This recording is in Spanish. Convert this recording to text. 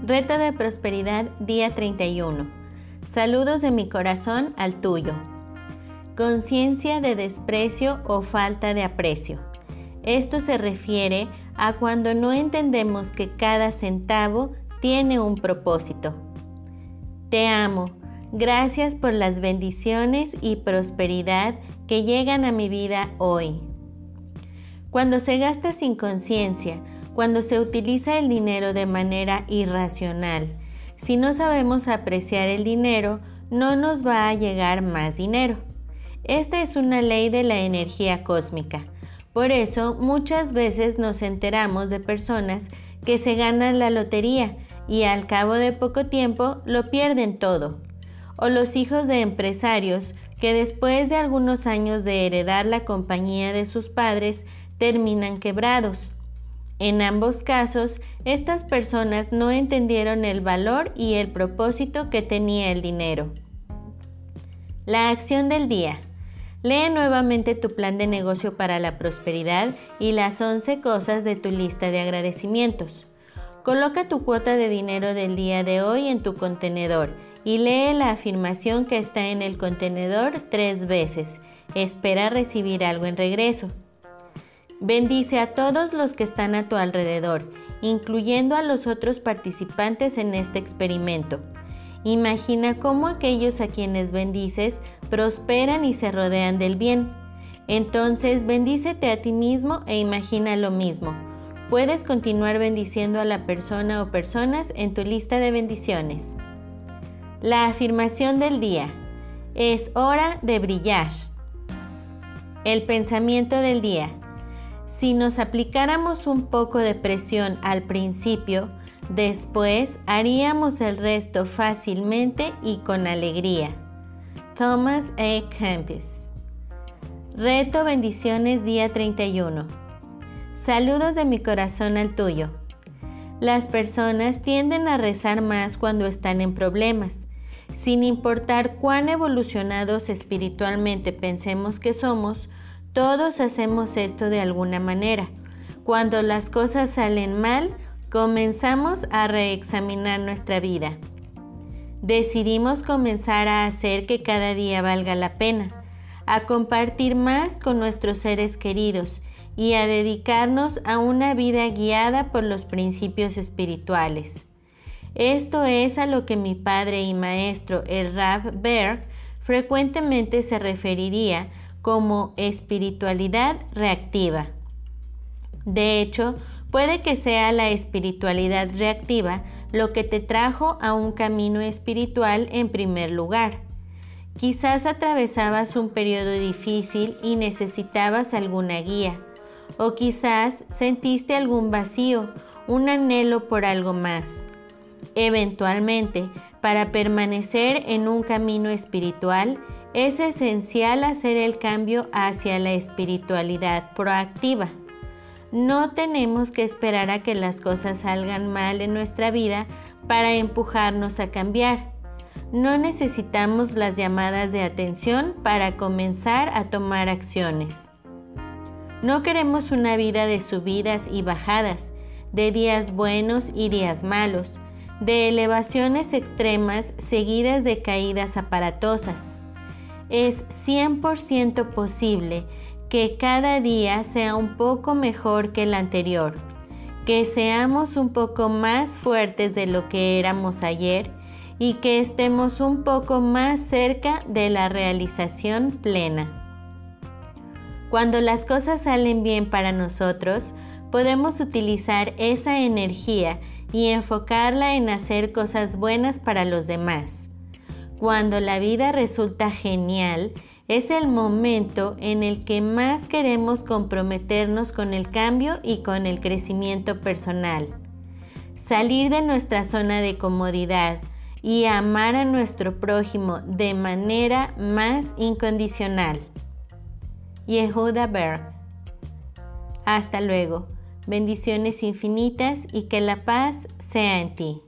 Reto de prosperidad día 31. Saludos de mi corazón al tuyo. Conciencia de desprecio o falta de aprecio. Esto se refiere a cuando no entendemos que cada centavo tiene un propósito. Te amo. Gracias por las bendiciones y prosperidad que llegan a mi vida hoy. Cuando se gasta sin conciencia, cuando se utiliza el dinero de manera irracional, si no sabemos apreciar el dinero, no nos va a llegar más dinero. Esta es una ley de la energía cósmica. Por eso, muchas veces nos enteramos de personas que se ganan la lotería y al cabo de poco tiempo lo pierden todo. O los hijos de empresarios que después de algunos años de heredar la compañía de sus padres terminan quebrados. En ambos casos, estas personas no entendieron el valor y el propósito que tenía el dinero. La acción del día. Lee nuevamente tu plan de negocio para la prosperidad y las 11 cosas de tu lista de agradecimientos. Coloca tu cuota de dinero del día de hoy en tu contenedor y lee la afirmación que está en el contenedor 3 veces. Espera recibir algo en regreso. Bendice a todos los que están a tu alrededor, incluyendo a los otros participantes en este experimento. Imagina cómo aquellos a quienes bendices prosperan y se rodean del bien. Entonces, bendícete a ti mismo e imagina lo mismo. Puedes continuar bendiciendo a la persona o personas en tu lista de bendiciones. La afirmación del día. Es hora de brillar. El pensamiento del día. Si nos aplicáramos un poco de presión al principio, después haríamos el resto fácilmente y con alegría. Thomas A. Kempis. Reto bendiciones día 31. Saludos de mi corazón al tuyo. Las personas tienden a rezar más cuando están en problemas. Sin importar cuán evolucionados espiritualmente pensemos que somos, todos hacemos esto de alguna manera. Cuando las cosas salen mal, comenzamos a reexaminar nuestra vida. Decidimos comenzar a hacer que cada día valga la pena, a compartir más con nuestros seres queridos y a dedicarnos a una vida guiada por los principios espirituales. Esto es a lo que mi padre y maestro, el Rav Berg, frecuentemente se referiría como espiritualidad reactiva. De hecho, puede que sea la espiritualidad reactiva lo que te trajo a un camino espiritual en primer lugar. Quizás atravesabas un periodo difícil y necesitabas alguna guía, o quizás sentiste algún vacío, un anhelo por algo más. Eventualmente, para permanecer en un camino espiritual, es esencial hacer el cambio hacia la espiritualidad proactiva. No tenemos que esperar a que las cosas salgan mal en nuestra vida para empujarnos a cambiar. No necesitamos las llamadas de atención para comenzar a tomar acciones. No queremos una vida de subidas y bajadas, de días buenos y días malos, de elevaciones extremas seguidas de caídas aparatosas. Es 100% posible que cada día sea un poco mejor que el anterior, que seamos un poco más fuertes de lo que éramos ayer y que estemos un poco más cerca de la realización plena. Cuando las cosas salen bien para nosotros, podemos utilizar esa energía y enfocarla en hacer cosas buenas para los demás. Cuando la vida resulta genial, es el momento en el que más queremos comprometernos con el cambio y con el crecimiento personal. Salir de nuestra zona de comodidad y amar a nuestro prójimo de manera más incondicional. Yehuda Berg. Hasta luego. Bendiciones infinitas y que la paz sea en ti.